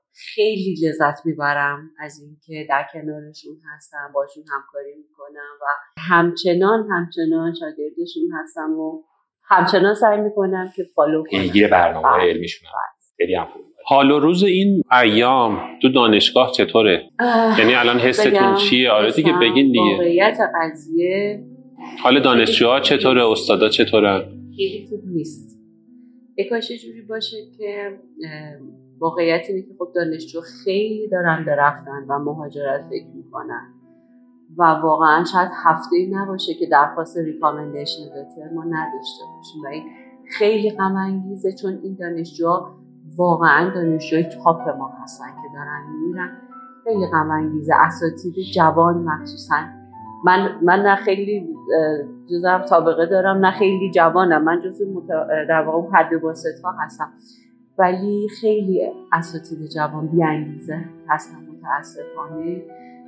خیلی لذت میبرم از اینکه در کنارشون هستم، باشون همکاری میکنم و همچنان همچنان شاگردشون هستم و همچنان سعی میکنم که فالو کنم. پیگیر برنامه علمیشون خیلی هم خوب. حال و روز این ایام تو دانشگاه چطوره؟ یعنی الان حستون چیه؟ آره دیگه بگین دیگه. واقعیت قضیه حال دانشجوها چطوره؟ استادا چطورن؟ خیلی خوب نیست. یکاش یه جوری باشه که واقعیت اینه که خب دانشجو خیلی دارن به رفتن و مهاجرت فکر میکنن و واقعا شاید هفته‌ای نباشه که درخواست ریکامندیشن لتر ما نداشته باشیم و این خیلی غم انگیزه، چون این دانشجوها واقعا دانشجوی تاپ ما هستن که دارن میرن. خیلی غم انگیزه. اساتید جوان مخصوصا من من نه خیلی جزم سابقه دارم نه خیلی جوانم، من جزو مت... در واقع حد واسط ها هستم، ولی خیلی اساتید جوان بی انگیزه هستن متاسفانه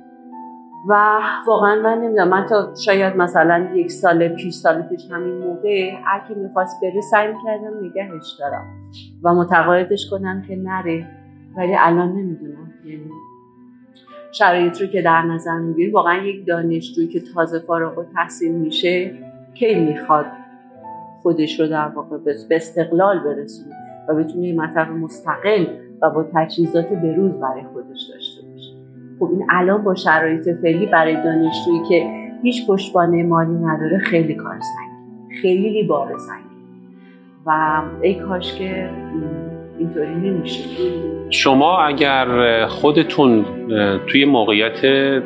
و واقعا من نمیدونم. من تا شاید مثلا یک سال پیش سال پیش همین موقع هر کی میخواست بره سعی میکردم نگهش دارم و متقاعدش کنم که نره، ولی الان نمیدونم. یعنی شرایط رو که در نظر میگیری واقعا یک دانشجویی که تازه فارغ التحصیل میشه کی میخواد خودش رو در واقع به استقلال برسونه و بتونه یه مطلب مستقل و با تجهیزات بروز برای خودش داشته باشه. خب این الان با شرایط فعلی برای دانشجویی که هیچ پشتوانه مالی نداره خیلی کار سنگین، خیلی بار سنگین و ای کاش که اینطوری نمیشه. شما اگر خودتون توی موقعیت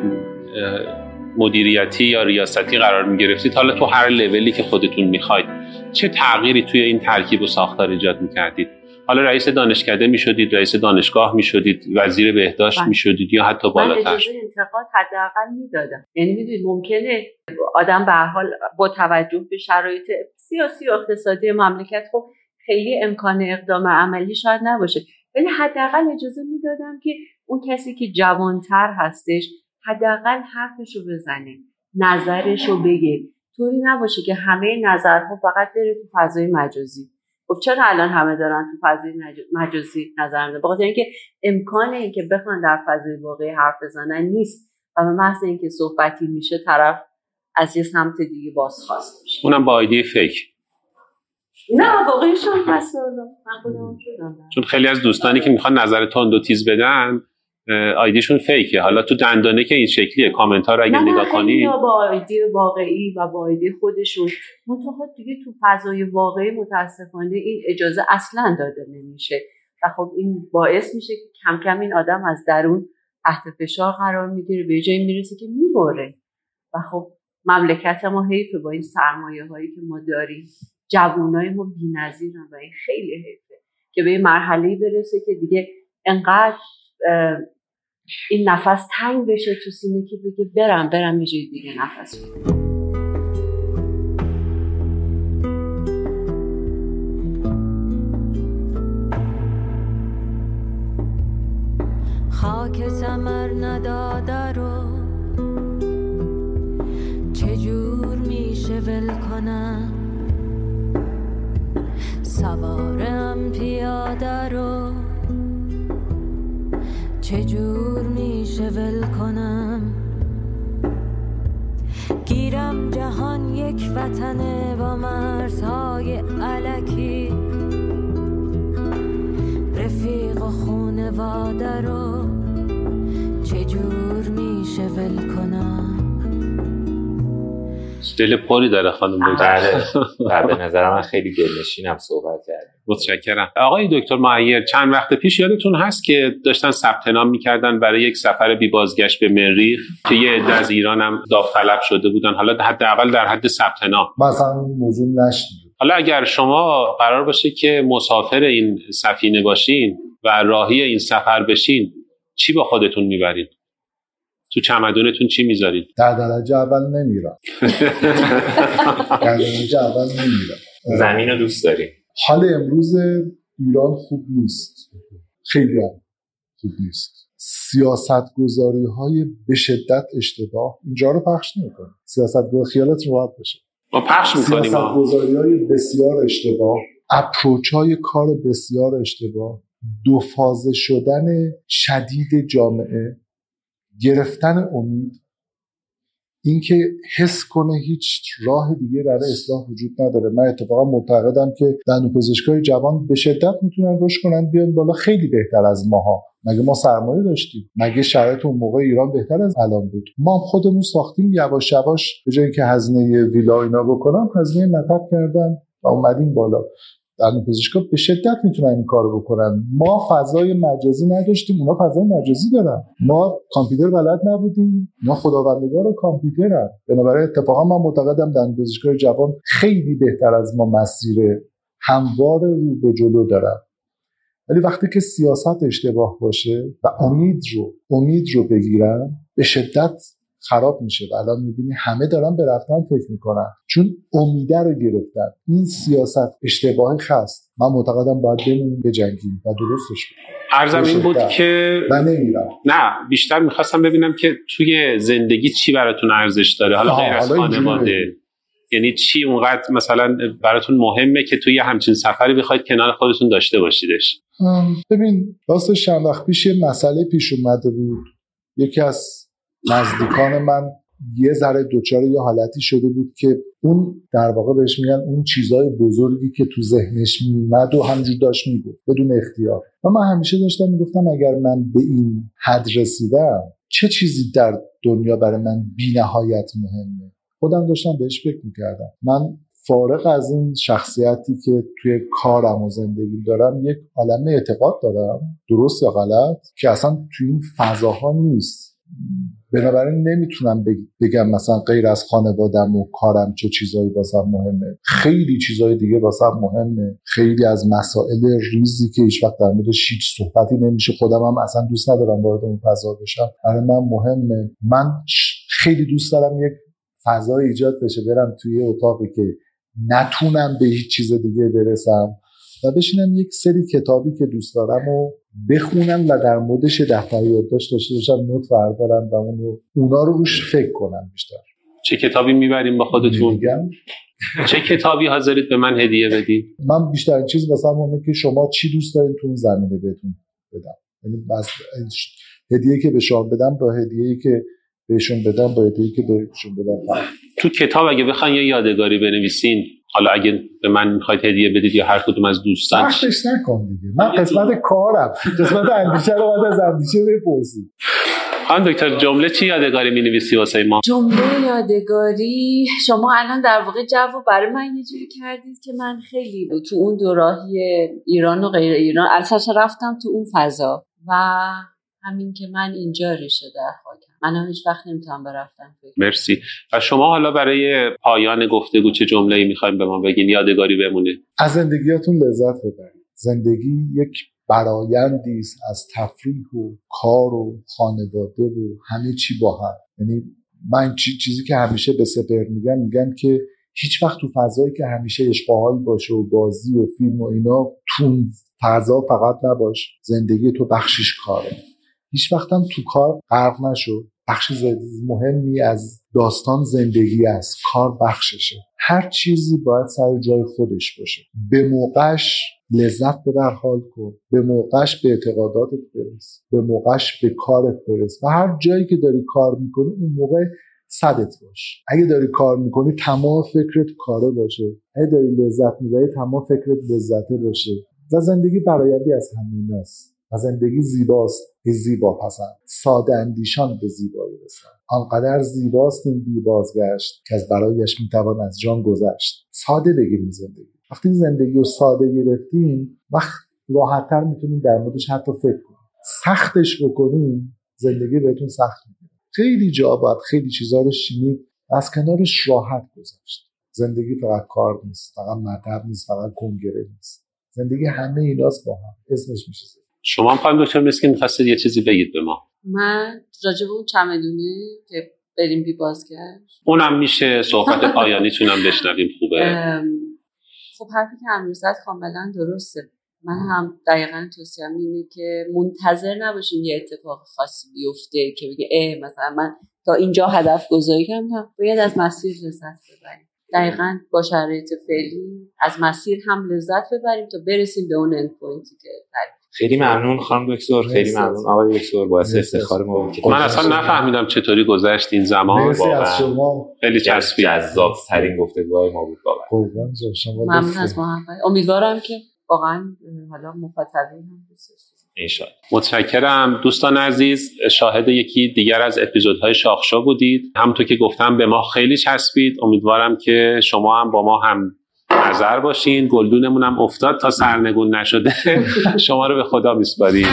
مدیریتی یا ریاستی قرار میگرفتید، حالا تو هر لولی که خودتون میخواید، چه تغییری توی این ترکیب و ساختار ایجاد میکردید؟ حالا رئیس دانشکده میشدید، رئیس دانشگاه میشدید، وزیر بهداشت میشدید یا حتی بالاتر؟ من اجازه انتقاد حداقل میدادم. یعنی میدونید ممکنه آدم به هر حال با توجه به شرایط سیاسی و اقتصادی مملکت خب خیلی امکان اقدام عملی شاید نباشه، ولی حداقل اجازه میدادم که اون کسی که جوانتر هستش حداقل حرفشو بزنه، نظرشو بگه، طوری نباشه که همه نظرها فقط بره تو فضای مجازی. خب چرا الان همه دارن تو فضای مجازی نظر میدن؟ بخاطر اینکه امکان این که بخوان در فضای واقعی حرف بزنن نیست و به محض اینکه صحبتی میشه طرف از یه سمت دیگه بازخواست میشه، اونم با ایده فیک. نه واقعیش هم هست. من خودم شدم، چون خیلی از دوستانی که میخوان نظر تند و تیز بدن آیدیشون فیکه. حالا تو دندانه که این شکلیه، کامنت ها رو اگه نگاه کنی با آیدی واقعی و با آیدی خودشون منتها دیگه تو فضای واقعی متاسفانه این اجازه اصلا داده نمیشه و خب این باعث میشه که کم کم این آدم از درون تحت فشار قرار میگیره، به جایی میرسه که میبره و خب مملکت ما حیفه با این سرمایه هایی که ما داریم، جوانای ما بی‌نظیرن و این خیلی حیفه که به این مرحله برسه که دیگه انقدر این نفس تنگ بشه تو سینه که بگه برم برم یه جای دیگه نفس بگیرم. خاک ثمر نداده رو چجور میشه ول کنم، سوارم پیاده رو چجور میشه ول کنم، گیرم جهان یک وطنه با مرزهای الکی، رفیق و خونواده رو چجور میشه ول کنم. دل پری داره خانم دکتر. بله به نظر من خیلی دلنشینم صحبت کردیم. متشکرم. آقای دکتر معیر، چند وقت پیش یادتون هست که داشتن ثبت نام می‌کردن برای یک سفر بی بازگشت به مریخ که یه عده از ایران هم داوطلب شده بودن، حالا حداقل در حد ثبت نام. مثلا موضوع نشد. حالا اگر شما قرار باشه که مسافر این سفینه باشین و راهی این سفر بشین، چی با خودتون میبرین؟ تو چمدونتون چی میذارید؟ در درجه اول نمیرم. در درجه اول نمیرم. زمین رو دوست داریم. حال امروز ایران خوب نیست. خیلی هم خوب نیست. سیاست گذاری های به شدت اشتباه اینجا رو پخش نمی‌کنه. سیاست گذاری خیالت راحت بشه. ما پخش می‌کنیم. سیاست گذاری های بسیار اشتباه، اپروچ های کار بسیار اشتباه، دو فازه شدن شدید جامعه، گرفتن امید، اینکه حس کنه هیچ راه دیگه برای اصلاح وجود نداره. من اتفاقا معتقدم که دندونپزشکای جوان به شدت میتونن رشد کنن بیان بالا، خیلی بهتر از ماها. مگه ما سرمایه داشتیم؟ مگه شرایط اون موقع ایران بهتر از الان بود؟ ما خودمون ساختیم یواش یواش، به جای اینکه هزینه ویلا اینا بکنم هزینه مطب کردن و اومدیم بالا. دندونپزشکا به شدت میتونن این کارو بکنن. ما فضای مجازی نداشتیم، اونا فضای مجازی دارن. ما کامپیوتر بلد نبودیم، اونا خداوندگار کامپیوترن. بنابراین اتفاقا من معتقدم دندونپزشکای جوان خیلی بهتر از ما مسیر هموار رو به جلو دارن. ولی وقتی که سیاست اشتباه باشه و امید رو امید رو بگیرن، به شدت خراب میشه. و الان میبینی همه دارن به رفتن فکر میکنن چون امیده رو گرفتن. این سیاست اشتباهی هست. من معتقدم باید بمونیم بجنگیم و درستش کنیم. عرضم این بود که من نمیرم. نه، بیشتر میخواستم ببینم که توی زندگی چی براتون ارزش داره، حالا غیر از خانواده. یعنی چی اونقدر مثلا براتون مهمه که توی همچین سفری بخواید کنار خودتون داشته باشیدش؟ ببین راستش چند وقت پیش یه مسئله پیش اومده بود. یکی از نزدیکان من یه ذره دوچاره یه حالتی شده بود که اون در واقع بهش میگن اون چیزای بزرگی که تو ذهنش میومد و همجور داشت میگفت بدون اختیار. و من همیشه داشتم میگفتم اگر من به این حد رسیدم چه چیزی در دنیا برای من بی نهایت مهمه. خودم داشتم بهش فکر میکردم. من فارغ از این شخصیتی که توی کارم و زندگی دارم یک عالمه اعتقاد دارم، درست یا غلط، که اصلا توی این فضاها نیست. بنابراین نمیتونم بگم مثلا غیر از خانوادم و کارم چه چیزایی واسم مهمه. خیلی چیزای دیگه واسم مهمه. خیلی از مسائل ریزی که هیچ وقت در موردش هیچ صحبتی نمیشه، خودم هم اصلا دوست ندارم وارد اون فضا بشم، برای من مهمه. من خیلی دوست دارم یک فضای ایجاد بشه، برم توی اتاقی که نتونم به هیچ چیز دیگه برسم و بشینم یک سری کتابی که دوست دارم و بخونم و در موردش دفتر یادداشت داشته باشم، نوت بردارم و اونو اونا رو روش فکر کنم بیشتر. چه کتابی میبریم با خودتون؟ میگم چه کتابی حاضرید به من هدیه بدید؟ من بیشترین چیز واسم اونه که شما چی دوست دارید تو اون زمینه بهتون بدم. یعنی بس هدیه‌ای که به شما بدم با هدیه‌ای که بهشون بدم با هدیه‌ای که بهشون بدم. تو کتاب اگه بخواید یه یادگاری بنویسین، حالا اگه به من میخواید هدیه بدید یا هر کدوم از دوستان، سختش نکن دیگه. من قسمت کارم، قسمت اندیشه رو باید از اندیشه بپرسید. خانم دکتر جمله چی یادگاری مینویسی واسه ما؟ جمله یادگاری شما الان در واقع جو برای من یه جوری کردید که من خیلی تو اون دوراهی ایران و غیر ایران اساسا رفتم تو اون فضا و همین که من اینجا ریشه در خاکم من هیچ وقت نمیتونم به رفتن فکر. مرسی. و شما حالا برای پایان گفتگو چه جمله‌ای می‌خواید به ما بگین یادگاری بمونه؟ از زندگیاتون لذت ببرید. زندگی یک برآیندی است از تفریح و کار و خانواده و همه چی با هم. یعنی من چیزی که همیشه به سپهر میگم میگم که هیچ وقت تو فضایی که همیشه عشق و حال باشه و بازی و فیلم و اینا، تو فضا فقط نباش. زندگی تو بخشش کاره. هیچ وقت هم تو کار غرق نشو. بخش مهمی از داستان زندگی است، کار بخششه. هر چیزی باید سر جای خودش باشه. به موقعش لذت ببر، حال کن. به موقعش به اعتقاداتت برس. به موقعش به کارت برس. و هر جایی که داری کار میکنی اون موقع صدت باش. اگه داری کار میکنی تمام فکرت کاره باشه. اگه داری لذت میبری تمام فکرت لذته باشه. و زندگی برآیندی از همیناست. و زندگی زیباست که زیبا پسند. ساده اندیشان به زیبایی رسند. آنقدر زیباست این بی بازگشت که از برایش میتوان از جان گذشت. ساده بگیریم زندگی. وقتی زندگی رو ساده گرفتیم وقت راحت‌تر میتونیم در موردش حتی فکر کنیم. سختش بکنیم زندگی بهتون سخت میشه. خیلی جا باید خیلی چیزا رو شنید از کنارش راحت گذشت. زندگی فقط کار نیست، فقط مطلب نیست، فقط کنگره نیست. زندگی همه ایناست با هم. اسمش میشه زندگی. شما هم خانم دکتر مسکین می‌خواستید یه چیزی بگید به ما. من راجع به اون چمدونه که بریم بی بازگشت، اونم میشه صحبت پایانیتون هم بشنویم. خوبه. خب حرفی که امیر زد کاملا درسته. من هم دقیقاً توصیه‌ام اینه که منتظر نباشیم یه اتفاق خاصی بیفته که بگه اه مثلا من تا اینجا هدف گذاری کردم. باید از مسیر لذت ببریم. دقیقاً با شرایط فعلی از مسیر هم لذت ببریم تا برسیم به اون اند پوینتی که تعریف. خیلی ممنون خانم دکتر، خیلی ممنون آقای دکتر، باعث افتخار ما بود. من اصلا نفهمیدم چطوری گذشت این زمان. مرسی از شما. خیلی چسبید. جذاب ترین گفتگوهای ما بود واقعا. قربان شما. ممنون از محبت. امیدوارم که واقعا حالا مخاطبین هم دوست داشته ان شاء الله. متشکرم دوستان عزیز. شاهد یکی دیگر از اپیزودهای شاخشو بودید. همونطور که گفتم به ما خیلی چسبید. امیدوارم که شما هم با ما هم نظر باشین. گلدونمون هم افتاد تا سرنگون نشده. شما رو به خدا میسپاریم.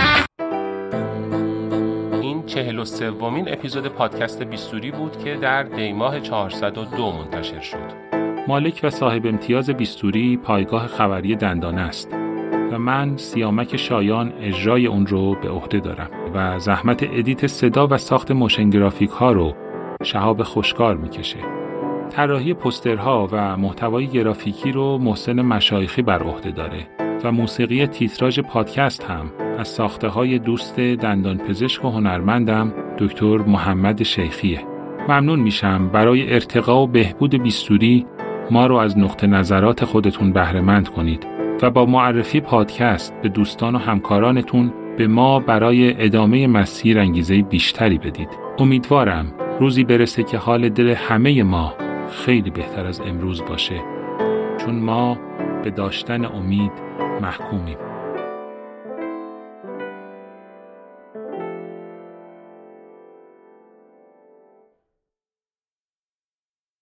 این چهل و سومین اپیزود پادکست بیستوری بود که در دیماه چهارصد و دو منتشر شد. مالک و صاحب امتیاز بیستوری پایگاه خبری دندانه است و من سیامک شایان اجرای اون رو به عهده دارم و زحمت ادیت صدا و ساخت موشن گرافیک ها رو شهاب خوشکار میکشه. طراحی پوسترها و محتوای گرافیکی رو محسن مشایخی بر عهده داره و موسیقی تیتراژ پادکست هم از ساخته‌های دوست دندانپزشک و هنرمندم دکتر محمد شیخیه. ممنون میشم برای ارتقا و بهبود بیستوری ما رو از نقطه نظرات خودتون بهره مند کنید و با معرفی پادکست به دوستان و همکارانتون به ما برای ادامه مسیر انگیزه بیشتری بدید. امیدوارم روزی برسه که حال دل همه ما خیلی بهتر از امروز باشه، چون ما به داشتن امید محکومیم.